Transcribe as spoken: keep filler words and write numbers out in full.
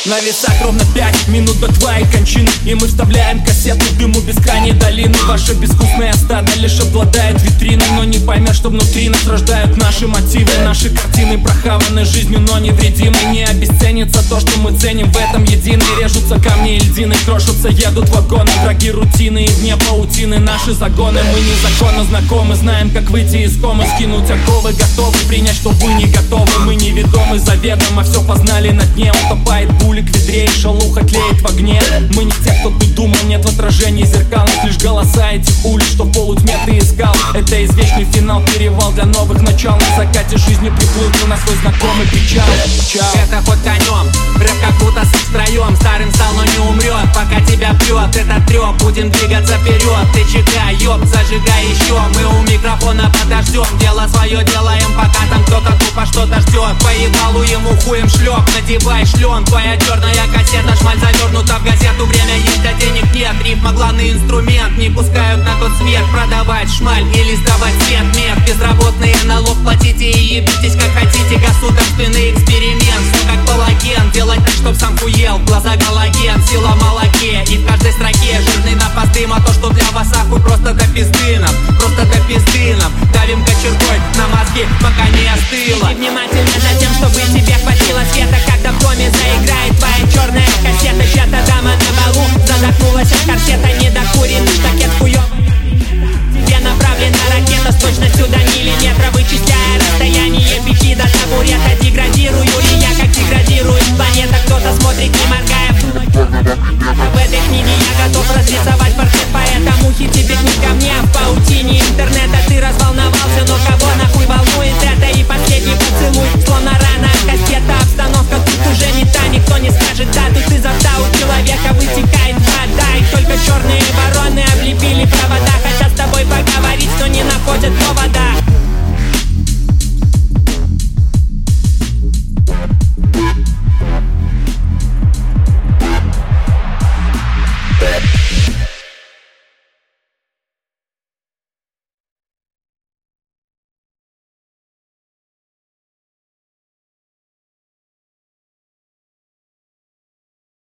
На весах ровно пять минут до твоей кончины, и мы вставляем кассету в дыму бескрайней долины. Ваше безвкусное стадо лишь обладает витриной, но не поймешь, что внутри нас рождают наши мотивы. Наши картины прохаваны жизнью, но невредимы. Не обесценится то, что мы ценим в этом единый. Режутся камни и льдины, крошатся, едут вагоны. Враги рутины и вне паутины наши загоны. Мы незаконно знакомы, знаем, как выйти из комы, скинуть оковы, готовы принять, что вы не готовы. Мы неведомы заведомо, все познали на дне. Утопает булик в ведре и шелуха тлеет в огне. Мы не те, кто ты думал, нет в отражении зеркал. Лишь голоса этих улиц, что в полутьме ты искал. Это извечный финал, перевал для новых начал. На закате жизни приплыл на свой знакомый причал. Это ход конем, рэп как будто с втроем. Старым стал, но не умрет, пока тебя бьет этот трёп. Будем двигаться вперед, ты чекай, ёб, зажигай еще. Мы у микрофона подождем, дело свое делаем, пока там кто-то тупо что-то ждет. По ебалу ему хуем шлеп, надевай шлем. Твоя черная кассета, шмаль завернута в газету. Время есть, а денег нет, рифма главный инструмент. Не пускают на тот свет, продавать шмаль или сдавать свет. Мед, безработные налог платите и ебитесь как хотите. Государственный эксперимент, все как палаген. Делать так, чтоб сам хуел, в глаза галоген. Сила в молоке и в каждой строке жирный напас дыма. То, что для вас ахуй, просто до пизды нам, просто до пизды нам. Давим кочергой на мозги, пока не остыло. Следи внимательно за тем, чтобы тебе хватило света, когда в доме заиграет твоя черная кассета. Чья-то дама на балу задохнулась от корсета.